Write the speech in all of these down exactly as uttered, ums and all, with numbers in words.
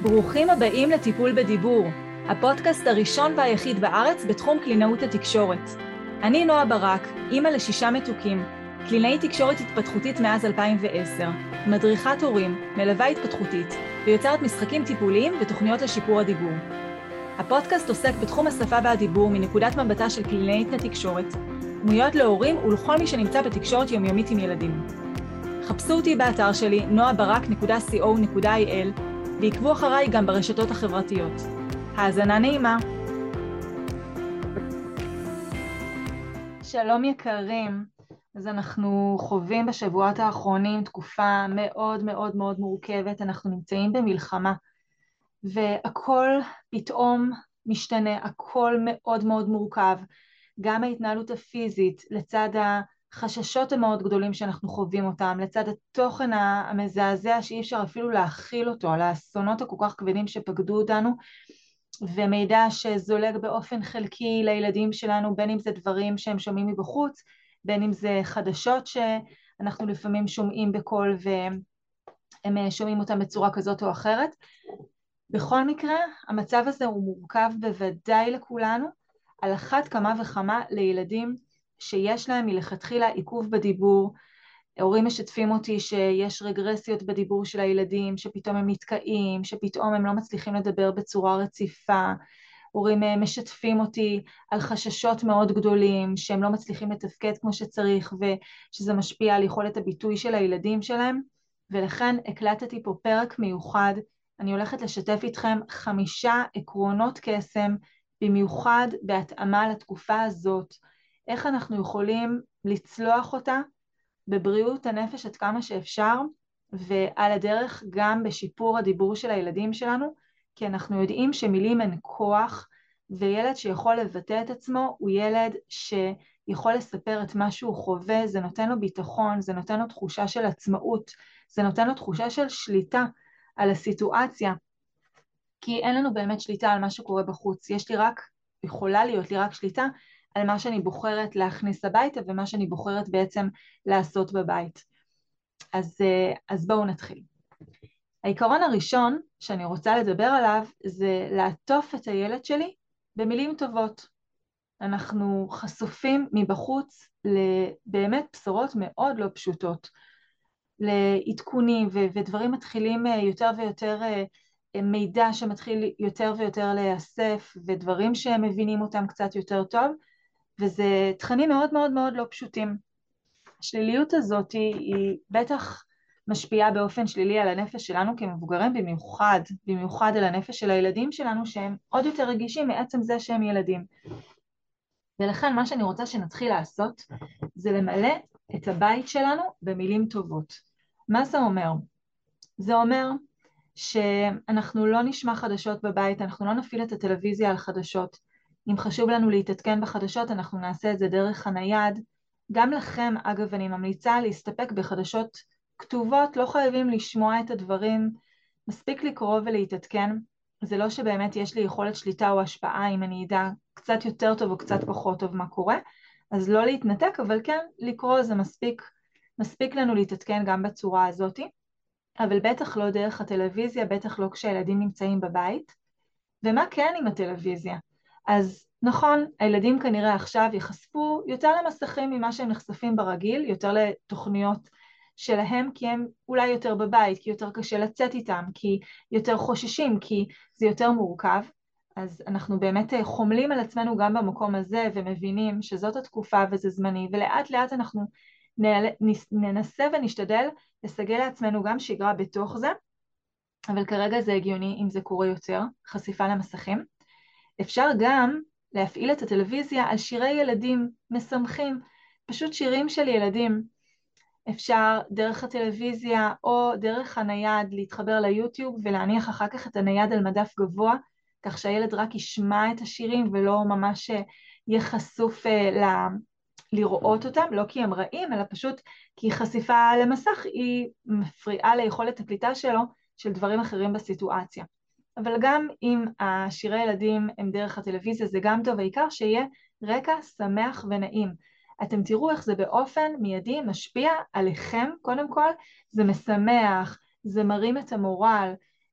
ברוכים הבאים לטיפול בדיבור, הפודקאסט הראשון והיחיד בארץ בתחום קלינאות התקשורת. אני נועה ברק, אימא לשישה מתוקים, קלינאית תקשורת התפתחותית מאז אלפיים ועשר, מדריכת הורים, מלווה התפתחותית, ויוצרת משחקים טיפוליים ותוכניות לשיפור הדיבור. הפודקאסט עוסק בתחום השפה והדיבור מנקודת מבטה של קלינאית התקשורת, דמויות להורים ולכל מי שנמצא בתקשורת יומיומית עם ילדים. חפשו אותי באתר שלי נועה ברק נקודה סי או נקודה איי אל ועקבו אחריי גם ברשתות החברתיות. האזנה נעימה. שלום יקרים, אז אנחנו חווים בשבועות האחרונים תקופה מאוד מאוד מאוד מורכבת, אנחנו נמצאים במלחמה, והכל פתאום משתנה, הכל מאוד מאוד מורכב, גם ההתנהלות הפיזית לצד החששות המאוד גדולים שאנחנו חווים אותם, לצד התוכן המזעזע שאי אפשר אפילו להכיל אותו, על האסונות הכל כך כבדים שפקדו אותנו, ומידע שזולג באופן חלקי לילדים שלנו, בין אם זה דברים שהם שומעים מבחוץ, בין אם זה חדשות שאנחנו לפעמים שומעים בקול והם שומעים אותם בצורה כזאת או אחרת. בכל מקרה, המצב הזה הוא מורכב בוודאי לכולנו, על אחת כמה וכמה לילדים שיש להם מלכתחילה עיכוב בדיבור. הורים משתפים אותי שיש רגרסיות בדיבור של הילדים, שפתאום הם נתקעים, שפתאום הם לא מצליחים לדבר בצורה רציפה. הורים משתפים אותי על חששות מאוד גדולים, שהם לא מצליחים לתפקד כמו שצריך, ושזה משפיע על יכולת הביטוי של הילדים שלהם. ולכן הקלטתי פה פרק מיוחד. אני הולכת לשתף איתכם חמישה עקרונות קסם, במיוחד בהתאמה לתקופה הזאת, איך אנחנו יכולים לצלוח אותה בבריאות הנפש עד כמה שאפשר, ועל הדרך גם בשיפור הדיבור של הילדים שלנו, כי אנחנו יודעים שמילים הן כוח, וילד שיכול לבטא את עצמו הוא ילד שיכול לספר את מה שהוא חווה, זה נותן לו ביטחון, זה נותן לו תחושה של עצמאות, זה נותן לו תחושה של שליטה על הסיטואציה, כי אין לנו באמת שליטה על מה שקורה בחוץ, יש לי רק, יכולה להיות לי רק שליטה על מה שאני בוחרת להכניס הביתה, ומה שאני בוחרת בעצם לעשות בבית. אז, אז בואו נתחיל. העיקרון הראשון שאני רוצה לדבר עליו, זה לעטוף את הילד שלי במילים טובות. אנחנו חשופים מבחוץ לבאמת בשורות מאוד לא פשוטות, לעדכונים ו- ודברים מתחילים יותר ויותר, מידע שמתחיל יותר ויותר להיאסף, ודברים שהם מבינים אותם קצת יותר טוב, וזה תכנים מאוד מאוד מאוד לא פשוטים. השליליות הזאת היא בטח משפיעה באופן שלילי על הנפש שלנו כמבוגרים, במיוחד, במיוחד על הנפש של הילדים שלנו, שהם עוד יותר רגישים מעצם זה שהם ילדים. ולכן מה שאני רוצה שנתחיל לעשות, זה למלא את הבית שלנו במילים טובות. מה זה אומר? זה אומר שאנחנו לא נשמע חדשות בבית, אנחנו לא נפעיל את הטלוויזיה על חדשות. אם חשוב לנו להתעדכן בחדשות, אנחנו נעשה את זה דרך הנייד. גם לכם, אגב, אני ממליצה להסתפק בחדשות כתובות, לא חייבים לשמוע את הדברים, מספיק לקרוא ולהתעדכן. זה לא שבאמת יש לי יכולת שליטה או השפעה אם אני אדע קצת יותר טוב או קצת פחות טוב מה קורה, אז לא להתנתק, אבל כן, לקרוא זה מספיק, מספיק לנו להתעדכן גם בצורה הזאת, אבל בטח לא דרך הטלוויזיה, בטח לא כשהילדים נמצאים בבית. ומה כן עם הטלוויזיה? אז נכון, הילדים כנראה עכשיו יחשפו יותר למסכים ממה שהם נחשפים ברגיל, יותר לתוכניות שלהם, כי הם אולי יותר בבית, כי יותר קשה לצאת איתם, כי יותר חוששים, כי זה יותר מורכב. אז אנחנו באמת חומלים על עצמנו גם במקום הזה, ומבינים שזאת התקופה וזה זמני, ולאט לאט אנחנו ננסה ונשתדל לסגל לעצמנו גם שגרה בתוך זה, אבל כרגע זה הגיוני אם זה קורה יותר, חשיפה למסכים. אפשר גם להפעיל את הטלוויזיה על שירי ילדים משמחים, פשוט שירים של ילדים. אפשר דרך הטלוויזיה או דרך הנייד להתחבר ליוטיוב ולהניח אחר כך את הנייד על מדף גבוה, כך שהילד רק ישמע את השירים ולא ממש יהיה חשוף ל... לראות אותם, לא כי הם רעים, אלא פשוט כי חשיפה למסך היא מפריעה ליכולת הקליטה שלו של דברים אחרים בסיטואציה. אבל גם אם השירי ילדים הם דרך הטלוויזיה זה גם טוב, העיקר שיהיה רקע שמח ונעים. אתם תראו איך זה באופן מיידי משפיע עליכם, קודם כל זה משמח, זה מרים את המורל,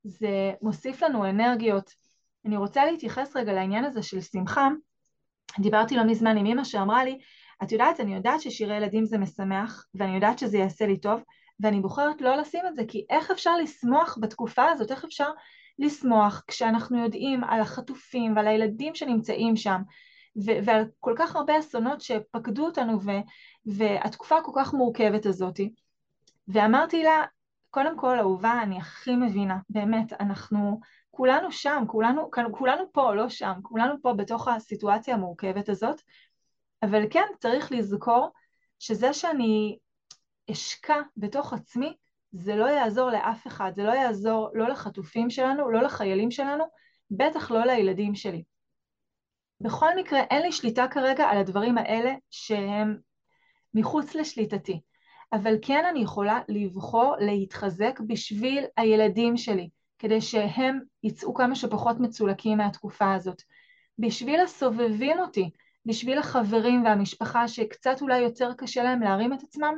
זה מוסיף לנו אנרגיות. אני רוצה להתייחס רגע לעניין הזה של שמחה. דיברתי לא מזמן עם אמא שאמרה לי, את יודעת, אני יודעת ששירי ילדים זה משמח, ואני יודעת שזה יעשה לי טוב, ואני בוחרת לא לשים את זה, כי איך אפשר לשמוח בתקופה הזאת? איך אפשר לשמוח כשאנחנו יודעים על החטופים ועל הילדים שנמצאים שם, ו- ועל כל כך הרבה אסונות שפקדו אותנו, ו- והתקופה כל כך מורכבת הזאת. ואמרתי לה, קודם כל, אהובה, אני הכי מבינה, באמת, אנחנו כולנו שם, כולנו, כולנו פה, לא שם, כולנו פה בתוך הסיטואציה המורכבת הזאת, אבל כן צריך לזכור שזה שאני אשקע בתוך עצמי, זה לא יעזור לאף אחד, זה לא יעזור לא לחטופים שלנו, לא לחיילים שלנו, בטח לא לילדים שלי. בכל מקרה, אין לי שליטה כרגע על הדברים האלה שהם מחוץ לשליטתי, אבל כן אני יכולה לבחור להתחזק בשביל הילדים שלי, כדי שהם יצאו כמה שפחות מצולקים מהתקופה הזאת, בשביל הסובבים אותי, בשביל החברים והמשפחה שקצת אולי יותר קשה להם להרים את עצמם.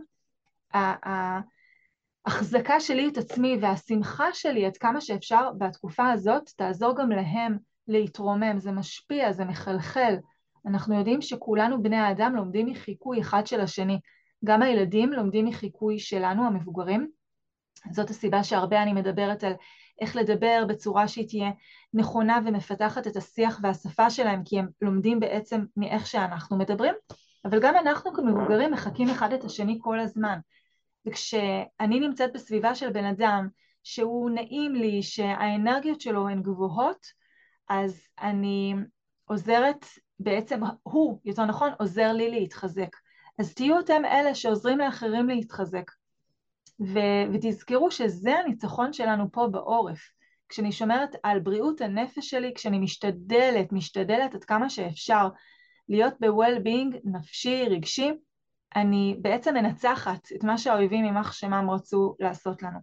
ההחזקה שלי את עצמי והשמחה שלי עד כמה שאפשר בתקופה הזאת תעזור גם להם להתרומם, זה משפיע, זה מחלחל. אנחנו יודעים שכולנו בני האדם לומדים מחיקוי אחד של השני, גם הילדים לומדים מחיקוי שלנו המבוגרים. זאת הסיבה שהרבה אני מדברת על איך לדבר בצורה שהיא תהיה נכונה ומפתחת את השיח והשפה שלהם, כי הם לומדים בעצם מאיך שאנחנו מדברים, אבל גם אנחנו כמבוגרים מחקים אחד את השני כל הזמן. וכשאני נמצאת בסביבה של בן אדם שהוא נעים לי, שהאנרגיות שלו הן גבוהות, אז אני עוזרת, בעצם הוא, יותר נכון, עוזר לי להתחזק. אז תהיו אתם אלה שעוזרים לאחרים להתחזק. ו- ותזכרו שזה הניצחון שלנו פה בעורף. כשאני שומרת על בריאות הנפש שלי, כשאני משתדלת, משתדלת עד כמה שאפשר להיות ב-well-being נפשי, רגשי, אני בעצם מנצחת את מה שהאויבים ממח שמם רצו לעשות לנו.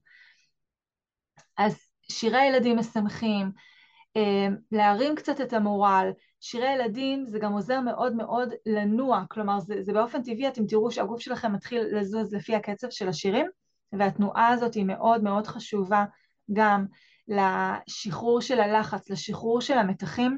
אז שירי ילדים משמחים, להרים קצת את המורל, שירי ילדים זה גם עוזר מאוד מאוד לנוע, כלומר זה, זה באופן טבעי, אתם תראו שהגוף שלכם מתחיל לזוז לפי הקצב של השירים, והתנועה הזאת היא מאוד מאוד חשובה גם לשחרור של הלחץ, לשחרור של המתחים,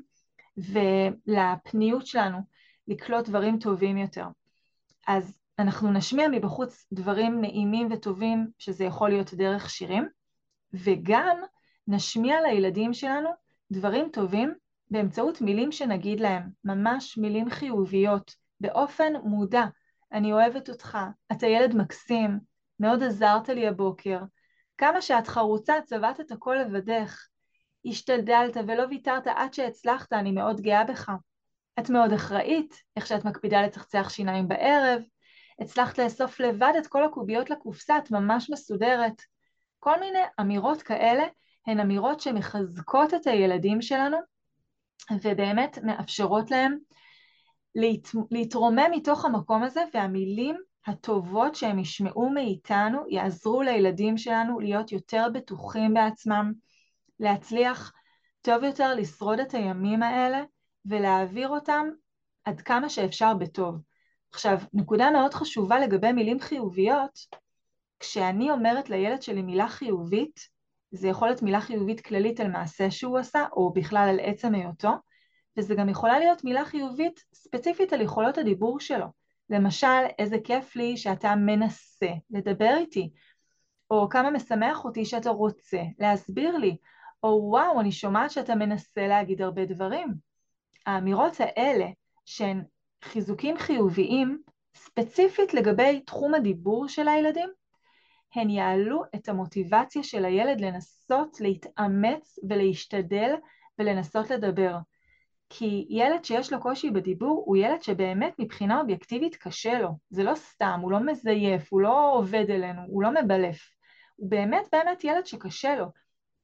ולפניות שלנו לקלוט דברים טובים יותר. אז אנחנו נשמיע מבחוץ דברים נעימים וטובים, שזה יכול להיות דרך שירים, וגם נשמיע לילדים שלנו דברים טובים באמצעות מילים שנגיד להם, ממש מילים חיוביות, באופן מודע. אני אוהבת אותך, אתה ילד מקסים, מאוד עזרת לי הבוקר, כמה שאת חרוצה, צבעת את הכל לבדך, השתדלת ולא ויתרת עד שהצלחת, אני מאוד גאה בך. את מאוד אחראית, איך שאת מקפידה לצחצח שיניים בערב, הצלחת לאסוף לבד את כל הקוביות לקופסה, את ממש מסודרת. כל מיני אמירות כאלה הן אמירות שמחזקות את הילדים שלנו, ובאמת מאפשרות להם להת... להתרומם מתוך המקום הזה, והמילים הטובות שהם ישמעו מאיתנו יעזרו לילדים שלנו להיות יותר בטוחים בעצמם, להצליח טוב יותר לשרוד את הימים האלה, ולהעביר אותם עד כמה שאפשר בטוב. עכשיו, נקודה מאוד חשובה לגבי מילים חיוביות, כשאני אומרת לילד שלי מילה חיובית, זה יכול להיות מילה חיובית כללית על מעשה שהוא עשה, או בכלל על עצם היותו, וזה גם יכולה להיות מילה חיובית ספציפית על יכולות הדיבור שלו. למשל, איזה כיף לי שאתה מנסה לדבר איתי, או כמה משמח אותי שאתה רוצה להסביר לי, או וואו, אני שומעת שאתה מנסה להגיד הרבה דברים. האמירות האלה שהן חיזוקים חיוביים, ספציפית לגבי תחום הדיבור של הילדים, הן יעלו את המוטיבציה של הילד לנסות להתאמץ ולהשתדל ולנסות לדבר. כי ילד שיש לו קושי בדיבור הוא ילד שבאמת מבחינה אובייקטיבית קשה לו. זה לא סתם, הוא לא מזייף, הוא לא עובד אלינו, הוא לא מבלף. הוא באמת באמת ילד שקשה לו.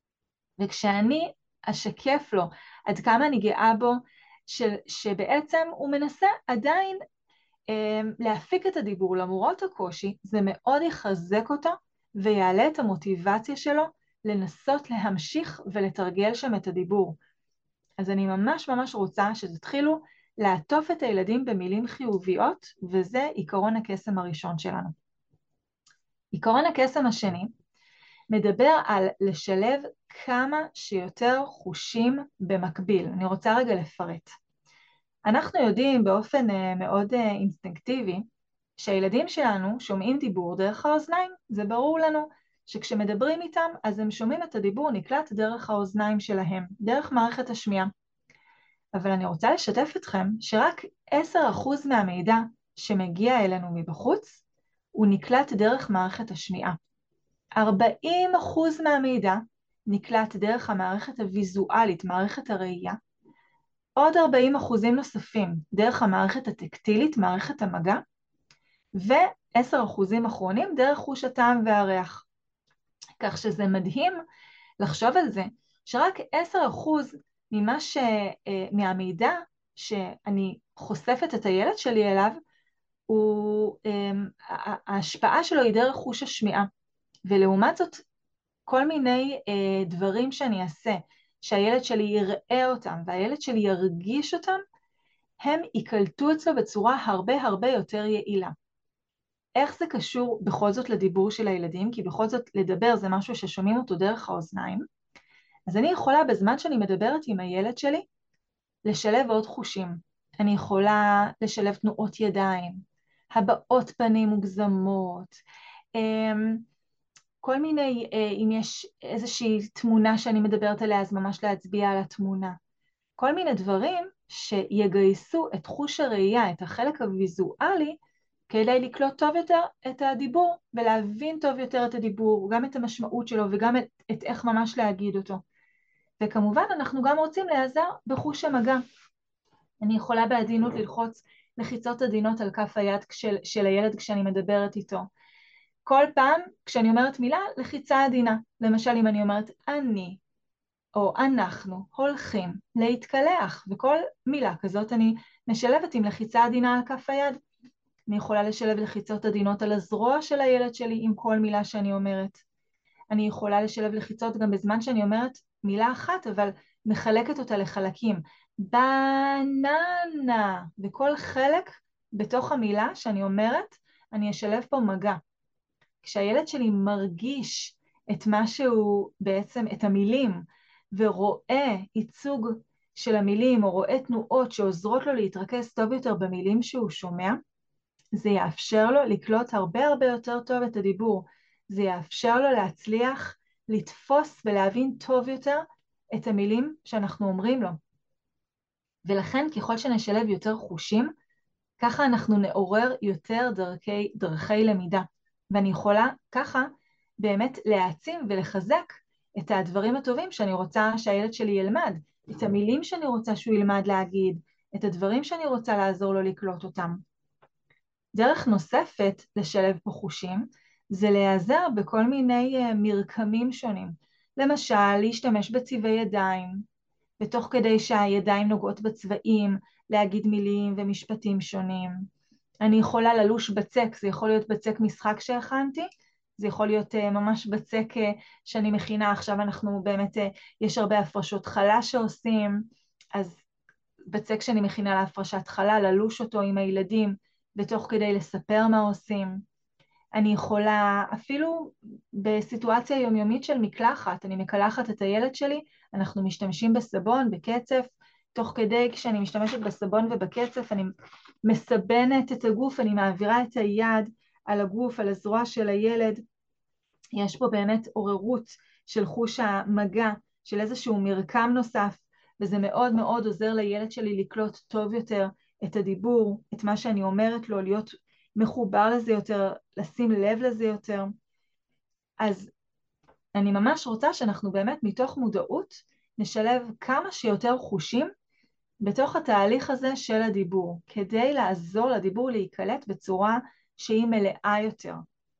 וכשאני אשקף לו עד כמה אני גאה בו, של, שבעצם הוא מנסה עדיין אה, להפיק את הדיבור למרות הקושי, זה מאוד יחזק אותו ויעלה את המוטיבציה שלו לנסות להמשיך ולתרגל שם את הדיבור. אז אני ממש ממש רוצה שתתחילו לעטוף את הילדים במילים חיוביות, וזה עיקרון הקסם הראשון שלנו. עיקרון הקסם השני, מדבר על לשלב כמה שיותר חושים במקביל. אני רוצה רגע לפרט. אנחנו יודעים באופן מאוד אינסטינקטיבי שהילדים שלנו שומעים דיבור דרך האוזניים. זה ברור לנו שכשמדברים איתם אז הם שומעים את הדיבור נקלט דרך האוזניים שלהם, דרך מערכת השמיעה. אבל אני רוצה לשתף אתכם שרק עשרה אחוז מהמידע שמגיע אלינו מבחוץ הוא נקלט דרך מערכת השמיעה. ארבעים אחוז מהמידע נקלט דרך המערכת הוויזואלית, מערכת הראייה. עוד ארבעים אחוזים נוספים דרך המערכת הטקטילית, מערכת המגע, ו-עשרה אחוזים אחרונים דרך חוש הטעם והריח. כך שזה מדהים לחשוב על זה, שרק עשרה אחוז ממה ש... מהמידע שאני חושפת את הילד שלי אליו, הוא... ההשפעה שלו היא דרך חוש השמיעה. ולעומת זאת, כל מיני דברים שאני אעשה, שהילד שלי יראה אותם והילד שלי ירגיש אותם, הם יקלטו אצלו בצורה הרבה הרבה יותר יעילה. איך זה קשור בכל זאת לדיבור של הילדים? כי בכל זאת לדבר זה משהו ששומעים אותו דרך האוזניים. אז אני יכולה בזמן שאני מדברת עם הילד שלי, לשלב עוד חושים. אני יכולה לשלב תנועות ידיים, הבעות פנים מוגזמות, כל מיני, אם יש איזושהי תמונה שאני מדברת עליה, אז ממש להצביע על התמונה. כל מיני דברים שיגייסו את חוש הראייה, את החלק הוויזואלי, כדי לקלוט טוב יותר את הדיבור, ולהבין טוב יותר את הדיבור, גם את המשמעות שלו, וגם את, את איך ממש להגיד אותו. וכמובן, אנחנו גם רוצים להיעזר בחוש המגע. אני יכולה בעדינות ללחוץ לחיצות עדינות על כף היד של, של הילד כשאני מדברת איתו. כל פעם כשאני אומרת מילה, לחיצה עדינה. למשל, אם אני אומרת אני, או אנחנו הולכים להתקלח, וכל מילה כזאת אני משלבת עם לחיצה עדינה על כף היד. אני יכולה לשלב לחיצות עדינות על הזרוע של הילד שלי עם כל מילה שאני אומרת. אני יכולה לשלב לחיצות גם בזמן שאני אומרת מילה אחת, אבל מחלקת אותה לחלקים. בננה, וכל חלק בתוך המילה שאני אומרת, אני אשלב פה מגע. כשהילד שלי מרגיש את משהו, בעצם את המילים, ורואה ייצוג של המילים, או רואה תנועות שעוזרות לו להתרכז טוב יותר במילים שהוא שומע, זה יאפשר לו לקלוט הרבה הרבה יותר טוב את הדיבור. זה יאפשר לו להצליח לתפוס ולהבין טוב יותר את המילים שאנחנו אומרים לו. ולכן ככל שנשלב יותר חושים, ככה אנחנו נעורר יותר דרכי, דרכי למידה. ואני יכולה ככה באמת להעצים ולחזק את הדברים הטובים שאני רוצה שהילד שלי ילמד, את המילים שאני רוצה שהוא ילמד להגיד, את הדברים שאני רוצה לעזור לו לקלוט אותם. דרך נוספת לשלב פה חושים, זה להיעזר בכל מיני מרקמים שונים. למשל, להשתמש בצבעי ידיים, ותוך כדי שהידיים נוגעות בצבעים, להגיד מילים ומשפטים שונים. אני יכולה ללוש בצק, זה יכול להיות בצק משחק שהכנתי, זה יכול להיות ממש בצק שאני מכינה, עכשיו אנחנו באמת, יש הרבה הפרשות חלה שעושים, אז בצק שאני מכינה להפרשת חלה, ללוש אותו עם הילדים, ותוך כדי לספר מה עושים. אני יכולה, אפילו בסיטואציה יומיומית של מקלחת, אני מקלחת את הילד שלי, אנחנו משתמשים בסבון, בקצף, תוך כדי כשאני משתמשת בסבון ובקצף, אני מסבנת את הגוף, אני מעבירה את היד על הגוף, על הזרוע של הילד. יש פה באמת עוררות של חוש המגע, של איזשהו מרקם נוסף, וזה מאוד מאוד עוזר לילד שלי לקלוט טוב יותר את הדיבור, את מה שאני אומרת לו, להיות מחובר לזה יותר, לשים לב לזה יותר. אז אני ממש רוצה שאנחנו באמת מתוך מודעות נשלב כמה שיותר חושים בתוך התהליך הזה של הדיבור, כדי לעזור לדיבור להיקלט בצורה שהיא מלאה יותר.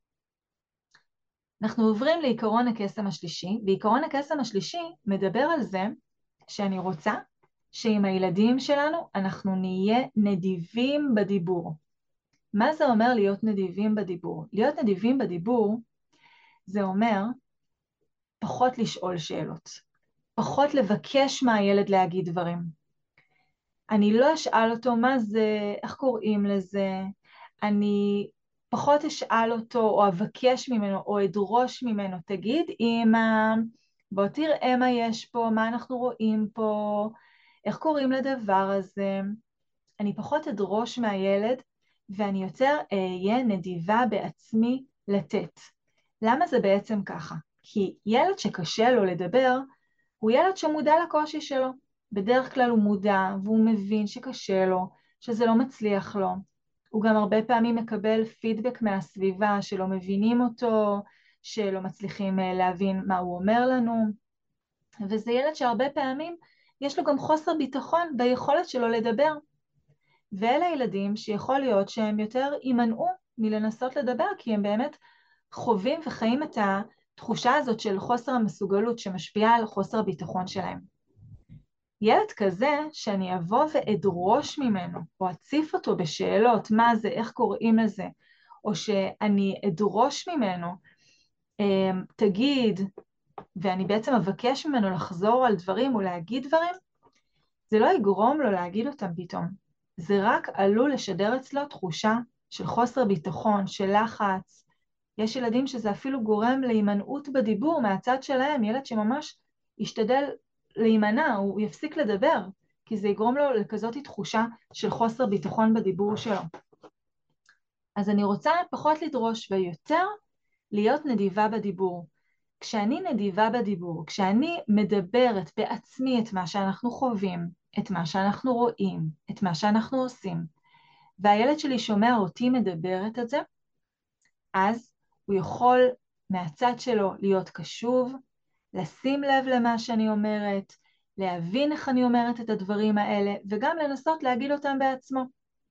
אנחנו עוברים לעיקרון הקסם השלישי, ועיקרון הקסם השלישי מדבר על זה שאני רוצה שעם הילדים שלנו אנחנו נהיה נדיבים בדיבור. מה זה אומר להיות נדיבים בדיבור? להיות נדיבים בדיבור זה אומר פחות לשאול שאלות, פחות לבקש מהילד להגיד דברים. אני לא אשאל אותו מה זה, איך קוראים לזה, אני פחות אשאל אותו או אבקש ממנו או אדרוש ממנו, תגיד אמא, בוא תראה מה יש פה, מה אנחנו רואים פה, איך קוראים לדבר הזה. אני פחות אדרוש מהילד ואני יותר אהיה נדיבה בעצמי לתת. למה זה בעצם ככה? כי ילד שקשה לו לדבר הוא ילד שמודע לקושי שלו. בדרך כלל הוא מודע והוא מבין שקשה לו, שזה לא מצליח לו. הוא גם הרבה פעמים מקבל פידבק מהסביבה שלא מבינים אותו, שלא מצליחים להבין מה הוא אומר לנו. וזה ילד שהרבה פעמים יש לו גם חוסר ביטחון ביכולת שלו לדבר. ואלה ילדים שיכול להיות שהם יותר יימנעו מלנסות לדבר, כי הם באמת חווים וחיים את התחושה הזאת של חוסר המסוגלות שמשפיעה על חוסר הביטחון שלהם. ילד כזה שאני אבוא ואדרוש ממנו, או אציף אותו בשאלות, מה זה, איך קוראים לזה, או שאני אדרוש ממנו, תגיד, ואני בעצם אבקש ממנו לחזור על דברים או להגיד דברים, זה לא יגרום לו להגיד אותם פתאום. זה רק עלול לשדר אצלו תחושה של חוסר ביטחון, של לחץ. יש ילדים שזה אפילו גורם להימנעות בדיבור מהצד שלהם, ילד שממש ישתדל להימנע, הוא יפסיק לדבר, כי זה יגרום לו לכזאת תחושה של חוסר ביטחון בדיבור שלו. אז אני רוצה פחות לדרוש ויותר להיות נדיבה בדיבור. כשאני נדיבה בדיבור, כשאני מדברת בעצמי את מה שאנחנו חווים, את מה שאנחנו רואים, את מה שאנחנו עושים, והילד שלי שומע אותי מדברת את זה, אז הוא יכול מהצד שלו להיות קשוב, לשים לב למה שאני אומרת, להבין איך אני אומרת את הדברים האלה, וגם לנסות להגיד אותם בעצמו.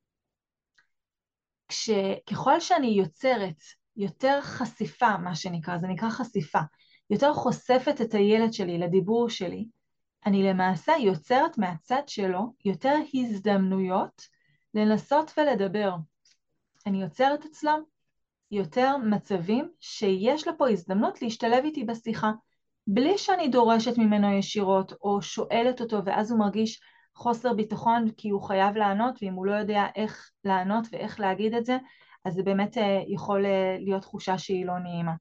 ככל שאני יוצרת יותר חשיפה, מה שנקרא, זה נקרא חשיפה, יותר חושפת את הילד שלי לדיבור שלי, אני למעשה יוצרת מהצד שלו יותר הזדמנויות לנסות ולדבר. אני יוצרת אצלו יותר מצבים שיש לו פה הזדמנות להשתלב איתי בשיחה, בלי שאני דורשת ממנו ישירות או שואלת אותו ואז הוא מרגיש חוסר ביטחון כי הוא חייב לענות, ואם הוא לא יודע איך לענות ואיך להגיד את זה, אז זה באמת יכול להיות תחושה שהיא לא נעימה.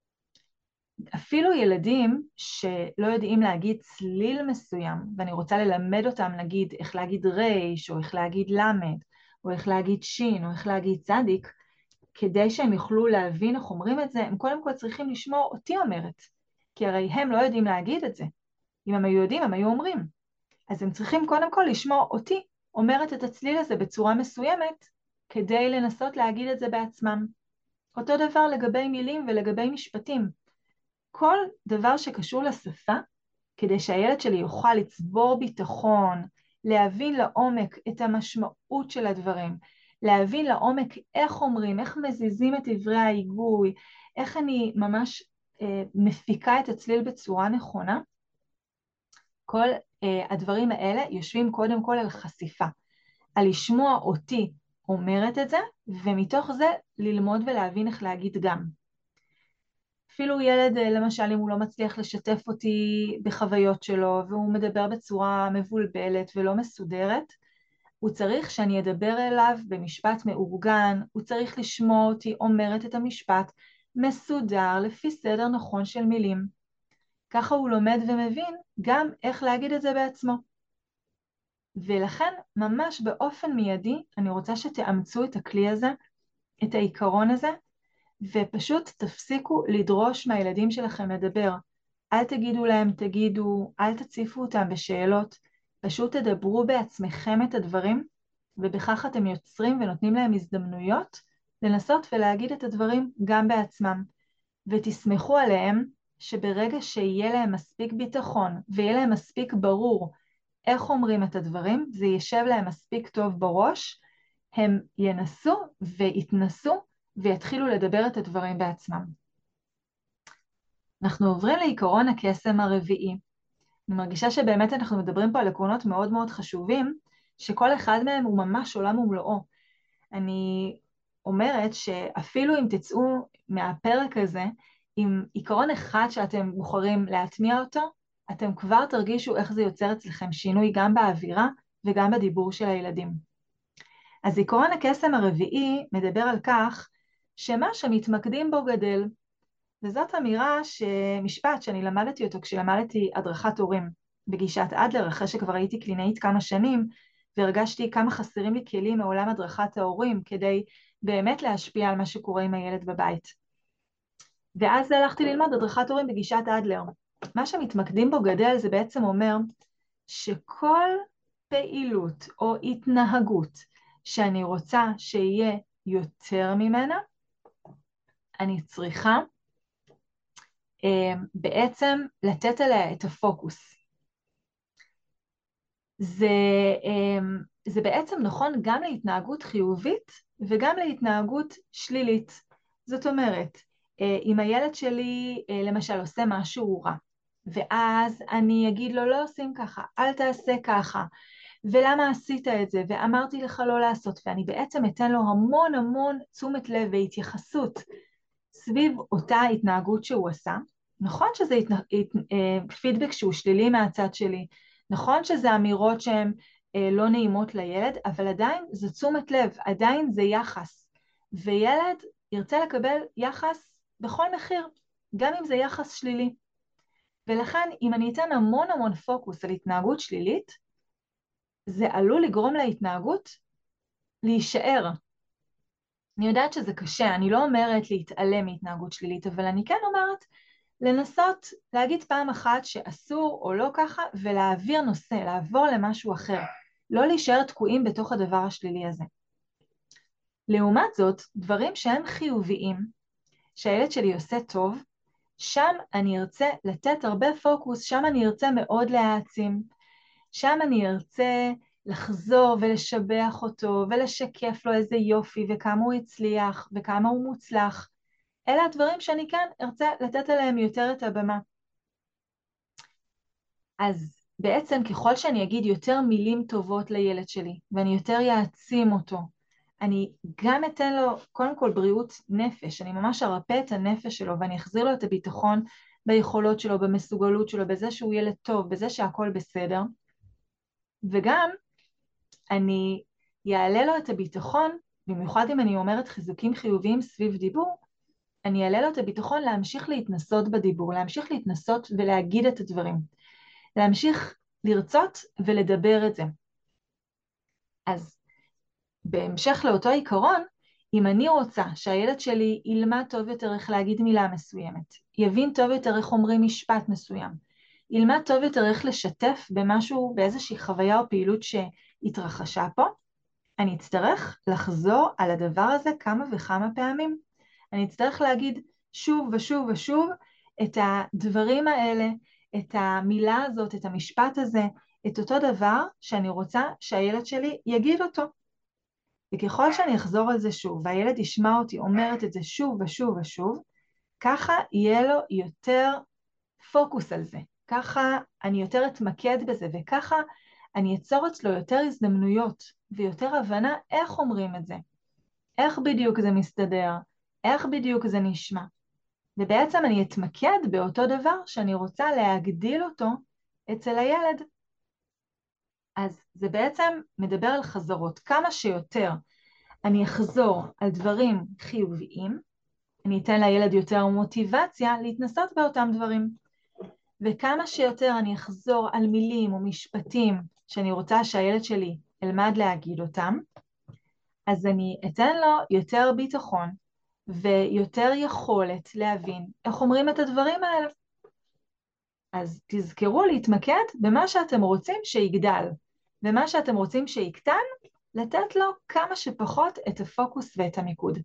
אפילו ילדים שלא יודעים להגיד צליל מסוים, ואני רוצה ללמד אותם נגיד איך להגיד רייש, או איך להגיד למד, או איך להגיד שין, או איך להגיד צדיק, כדי שהם יוכלו להבין איך אומרים את זה, הם קודם כל צריכים לשמוע אותי אומרת, כי הרי הם לא יודעים להגיד את זה. אם הם היו יודעים, הם היו אומרים. אז הם צריכים קודם כל לשמוע אותי אומרת את הצליל הזה בצורה מסוימת, כדי לנסות להגיד את זה בעצמם. אותו דבר לגבי מילים ולגבי משפטים. כל דבר שקשור לשפה, כדי שהילד שלי יוכל לצבור ביטחון, להבין לעומק את המשמעות של הדברים, להבין לעומק איך אומרים, איך מזיזים את עברי ההיגוי, איך אני ממש אה, מפיקה את הצליל בצורה נכונה, כל אה, הדברים האלה יושבים קודם כל על חשיפה, על לשמוע אותי אומרת את זה, ומתוך זה ללמוד ולהבין איך להגיד גם. אפילו ילד, למשל, אם הוא לא מצליח לשתף אותי בחוויות שלו, והוא מדבר בצורה מבולבלת ולא מסודרת, הוא צריך שאני אדבר אליו במשפט מאורגן, הוא צריך לשמוע אותי אומרת את המשפט מסודר לפי סדר נכון של מילים. ככה הוא לומד ומבין גם איך להגיד את זה בעצמו. ולכן ממש באופן מיידי אני רוצה שתאמצו את הכלי הזה, את העיקרון הזה, ופשוט תפסיקו לדרוש מהילדים שלכם לדבר. אל תגידו להם תגידו, אל תציפו אותם בשאלות, פשוט תדברו בעצמכם את הדברים, ובכך אתם יוצרים ונותנים להם הזדמנויות לנסות ולהגיד את הדברים גם בעצמם. ותסמכו עליהם שברגע שיהיה להם מספיק ביטחון ויהיה להם מספיק ברור איך אומרים את הדברים, זה יישב להם מספיק טוב בראש, הם ינסו ויתנסו ויתחילו לדבר את הדברים בעצמם. אנחנו עוברים לעיקרון הקסם הרביעי. אני מרגישה שבאמת אנחנו מדברים פה על עקרונות מאוד מאוד חשובים, שכל אחד מהם הוא ממש עולם ומלואו. אני אומרת שאפילו אם תצאו מהפרק הזה, עם עיקרון אחד שאתם בוחרים להטמיע אותו, אתם כבר תרגישו איך זה יוצר אצלכם שינוי גם באווירה וגם בדיבור של הילדים. אז עיקרון הקסם הרביעי מדבר על כך שמה שמתמקדים בו גדל. וזאת אמירה שמשפט שאני למדתי אותו כשלמדתי הדרכת הורים בגישת אדלר, אחרי שכבר הייתי קלינאית כמה שנים, והרגשתי כמה חסרים לי כלים מעולם הדרכת ההורים כדי באמת להשפיע על מה שקורה עם הילד בבית. ואז הלכתי ללמוד הדרכת הורים בגישת אדלר. מה שמתמקדים בו גדל זה בעצם אומר שכל פעילות או התנהגות שאני רוצה שיהיה יותר ממנה, אני צריכה בעצם לתת עליה את הפוקוס. זה, זה בעצם נכון גם להתנהגות חיובית וגם להתנהגות שלילית. זאת אומרת, אם הילד שלי למשל עושה משהו רע, ואז אני אגיד לו לא עושים ככה, אל תעשה ככה, ולמה עשית את זה, ואמרתי לך לא לעשות, ואני בעצם אתן לו המון המון תשומת לב והתייחסות סביב אותה התנהגות שהוא עשה. נכון שזה התנה... פידבק שהוא שלילי מהצד שלי, נכון שזה אמירות שהן לא נעימות לילד, אבל עדיין זה תשומת לב, עדיין זה יחס, וילד ירצה לקבל יחס בכל מחיר, גם אם זה יחס שלילי. ולכן אם אני אתן המון המון פוקוס על התנהגות שלילית, זה עלול לגרום להתנהגות להישאר. אני יודעת שזה קשה, אני לא אומרת להתעלם מהתנהגות שלילית, אבל אני כן אומרת לנסות להגיד פעם אחת שאסור או לא ככה, ולהעביר נושא, לעבור למשהו אחר, לא להישאר תקועים בתוך הדבר השלילי הזה. לעומת זאת, דברים שהם חיוביים, שהילד שלי עושה טוב, שם אני ארצה לתת הרבה פוקוס, שם אני ארצה מאוד להעצים, שם אני ארצה לחזור ולשבח אותו ולשקף לו איזה יופי וכמה הוא הצליח וכמה הוא מוצלח. אלה הדברים שאני כאן ארצה לתת עליהם יותר את הבמה. אז בעצם ככל שאני אגיד יותר מילים טובות לילד שלי ואני יותר יעצים אותו, אני גם אתן לו קודם כל בריאות נפש, אני ממש ארפא את הנפש שלו ואני אחזיר לו את הביטחון ביכולות שלו, במסוגלות שלו, בזה שהוא ילד טוב, בזה שהכל בסדר. וגם אני יעלה לו את הביטחון, במיוחד אם אני אומרת חיזוקים חיוביים סביב דיבור, אני אעלה לו את הביטחון להמשיך להתנסות בדיבור, להמשיך להתנסות ולהגיד את הדברים, להמשיך לרצות ולדבר את זה. אז בהמשך לאותו עיקרון, אם אני רוצה שהילד שלי ילמד טוב יותר איך להגיד מילה מסוימת, יבין טוב יותר איך אומרים משפט מסוים, ילמד טוב יותר איך לשתף במשהו, באיזושהי חוויה או פעילות שהתרחשה פה, אני אצטרך לחזור על הדבר הזה כמה וכמה פעמים. אני אצטרך להגיד שוב ושוב ושוב את הדברים האלה, את המילה הזאת, את המשפט הזה, את אותו דבר שאני רוצה שהילד שלי יגיד אותו. וככל שאני אחזור על זה שוב, והילד ישמע אותי אומרת את זה שוב ושוב ושוב, ככה יהיה לו יותר פוקוס על זה. ככה אני יותר אתמקד בזה, וככה אני אצור אצלו יותר הזדמנויות ויותר הבנה איך אומרים את זה, איך בדיוק זה מסתדר, איך בדיוק זה נשמע. ובעצם אני אתמקד באותו דבר שאני רוצה להגדיל אותו אצל הילד. אז זה בעצם מדבר על חזרות. כמה שיותר אני אחזור על דברים חיוביים, אני אתן לילד יותר מוטיבציה להתנסות באותם דברים. וכמה שיותר אני אחזור על מילים או משפטים שאני רוצה שהילד שלי אלמד להגיד אותם, אז אני אתן לו יותר ביטחון ויותר יכולת להבין איך אומרים את הדברים האלה. אז תזכרו להתמקד במה שאתם רוצים שיגדל, ומה שאתם רוצים שיקטן, לתת לו כמה שפחות את הפוקוס ואת המיקוד.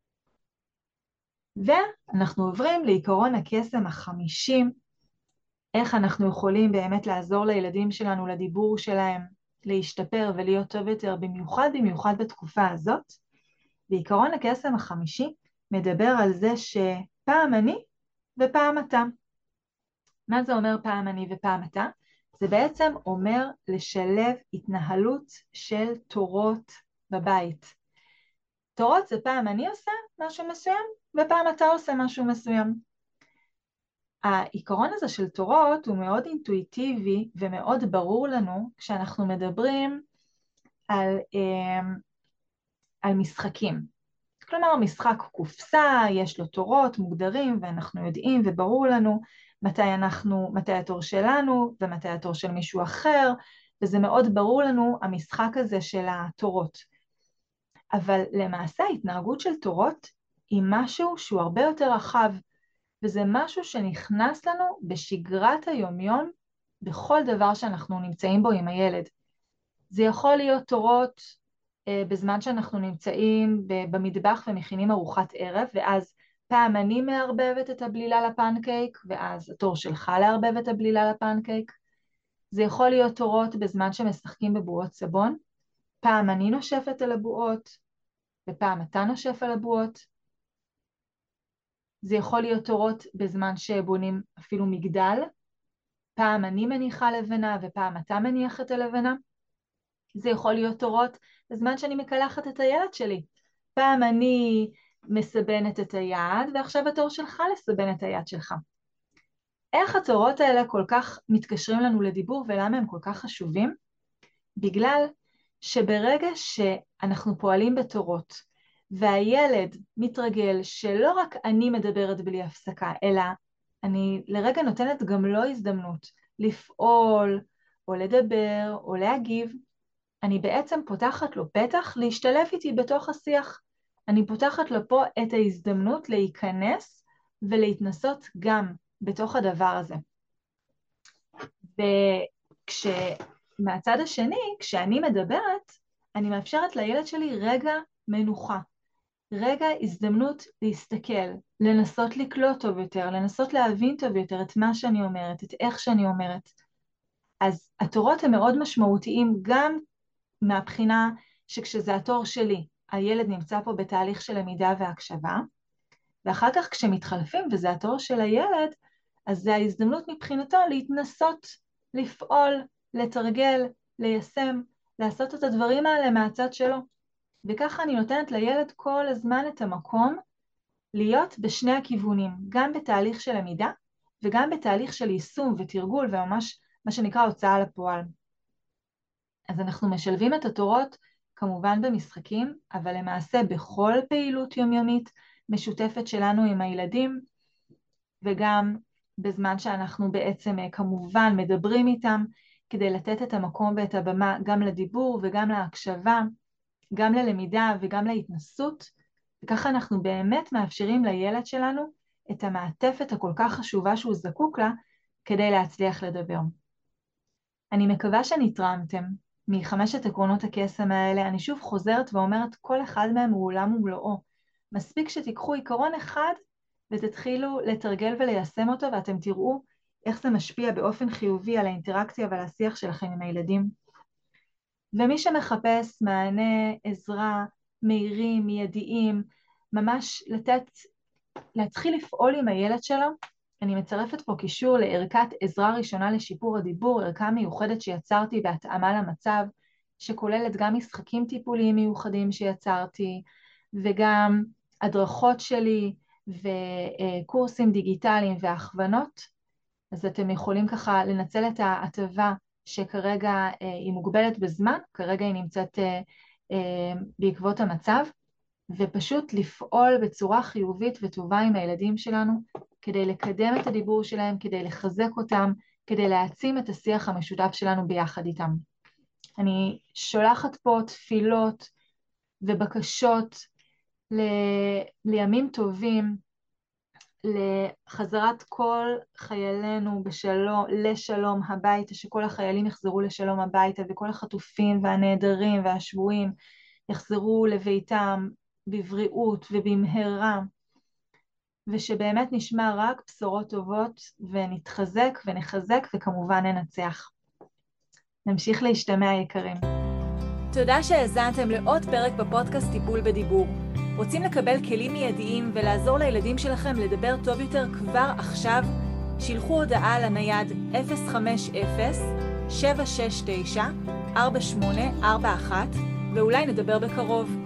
ואנחנו עוברים לעיקרון הקסם החמישי, איך אנחנו יכולים באמת לעזור לילדים שלנו, לדיבור שלהם, להשתפר ולהיות טוב יותר, במיוחד במיוחד בתקופה הזאת. ועיקרון הקסם החמישי מדבר על זה שפעם אני ופעם אתה. מה זה אומר פעם אני ופעם אתה? זה בעצם אומר לשלב התנהלות של תורות בבית. תורות זה פעם אני עושה משהו מסוים, ופעם אתה עושה משהו מסוים. העיקרון הזה של תורות הוא מאוד אינטואיטיבי ומאוד ברור לנו כשאנחנו מדברים על, על משחקים. כלומר, משחק קופסה, יש לו תורות מוגדרים, ואנחנו יודעים וברור לנו מתי אנחנו, מתי התור שלנו, ומתי התור של מישהו אחר, וזה מאוד ברור לנו, המשחק הזה של התורות. אבל למעשה ההתנהגות של תורות היא משהו שהוא הרבה יותר רחב, וזה משהו שנכנס לנו בשגרת היומיום, בכל דבר שאנחנו נמצאים בו עם הילד. זה יכול להיות תורות אה, בזמן שאנחנו נמצאים במטבח ומכינים ארוחת ערב, ואז פעם אני מערבבת את הבלילה לפנקייק, ואז התור שלך לערבב את הבלילה לפנקייק. זה יכול להיות תורות בזמן שמשחקים בבועות סבון, פעם אני נושפת על הבועות, ופעם אתה נושף על הבועות. זה יכול להיות תורות בזמן שבונים אפילו מגדל, פעם אני מניחה לבנה ופעם אתה מניח את הלבנה. זה יכול להיות תורות בזמן שאני מקלחת את הילד שלי. פעם אני מסבנת את היד ועכשיו התור שלך לסבן את היד שלך. איך התורות האלה כל כך מתקשרים לנו לדיבור ולמה הם כל כך חשובים? בגלל שברגע שאנחנו פועלים בתורות והילד מתרגל שלא רק אני מדברת בלי הפסקה, אלא אני לרגע נותנת גם לו הזדמנות לפעול או לדבר או להגיב, אני בעצם פותחת לו פתח להשתלב איתי בתוך השיח. אני פותחת לו פה את ההזדמנות להיכנס ולהתנסות גם בתוך הדבר הזה. וכשמהצד השני, כשאני מדברת, אני מאפשרת לילד שלי רגע מנוחה. רגע הזדמנות להסתכל, לנסות לקלוט טוב יותר, לנסות להבין טוב יותר את מה שאני אומרת, את איך שאני אומרת. אז התורות הן מאוד משמעותיים גם מהבחינה שכשזה התור שלי, הילד נמצא פה בתהליך של למידה והקשבה, ואחר כך כשמתחלפים וזה התור של הילד, אז זה ההזדמנות מבחינתו להתנסות, לפעול, לתרגל, ליישם, לעשות את הדברים האלה מהצד שלו. וככה אני נותנת לילד כל הזמן את המקום להיות בשני הכיוונים, גם בתהליך של למידה וגם בתהליך של יישום ותרגול וממש מה שנקרא הוצאה לפועל. אז אנחנו משלבים את התורות כמובן במשחקים, אבל למעשה בכל פעילות יומיומית משותפת שלנו עם הילדים, וגם בזמן שאנחנו בעצם כמובן מדברים איתם, כדי לתת את המקום ואת הבמה גם לדיבור וגם להקשבה, גם ללמידה וגם להתנסות, וככה אנחנו באמת מאפשרים לילד שלנו את המעטפת הכל כך חשובה שהוא זקוק לה, כדי להצליח לדבר. אני מקווה שנתרמתם מחמשת עקרונות הקסם האלה. אני שוב חוזרת ואומרת, כל אחד מהם הוא עולם ומלואו. מספיק שתיקחו עיקרון אחד ותתחילו לתרגל וליישם אותו, ואתם תראו איך זה משפיע באופן חיובי על האינטראקציה ועל השיח שלכם עם הילדים. ומי שמחפש מענה, עזרה, מהירים, מיידיים, ממש לתת, להתחיל לפעול עם הילד שלו, אני מצרפת פה קישור לערכת עזרה ראשונה לשיפור הדיבור, ערכה מיוחדת שיצרתי בהתאמה למצב, שכוללת גם משחקים טיפוליים מיוחדים שיצרתי, וגם הדרכות שלי וקורסים דיגיטליים והכוונות. אז אתם יכולים ככה לנצל את ההטבה שכרגע היא מוגבלת בזמן, כרגע היא נמצאת בעקבות המצב, ופשוט לפעול בצורה חיובית וטובה עם הילדים שלנו, כדי לקדם את הדיבור שלהם, כדי לחזק אותם, כדי להעצים את השיח המשותף שלנו ביחד איתם. אני שולחת פה תפילות ובקשות ל... לימים טובים, לחזרת כל חיילינו בשלום, לשלום הביתה, שכל החיילים יחזרו לשלום הביתה, וכל החטופים והנעדרים והשבויים יחזרו לביתם בבריאות ובמהרה, ושבאמת נשמע רק בשורות טובות, ונתחזק ונחזק וכמובן ננצח. נמשיך להשתמע יקרים. תודה שהאזנתם לעוד פרק בפודקאסט טיפול בדיבור. רוצים לקבל כלים מיידיים ולעזור לילדים שלכם לדבר טוב יותר כבר עכשיו? שילחו הודעה לנייד אפס חמש אפס שבע שש תשע ארבע שמונה ארבע אחת ואולי נדבר בקרוב.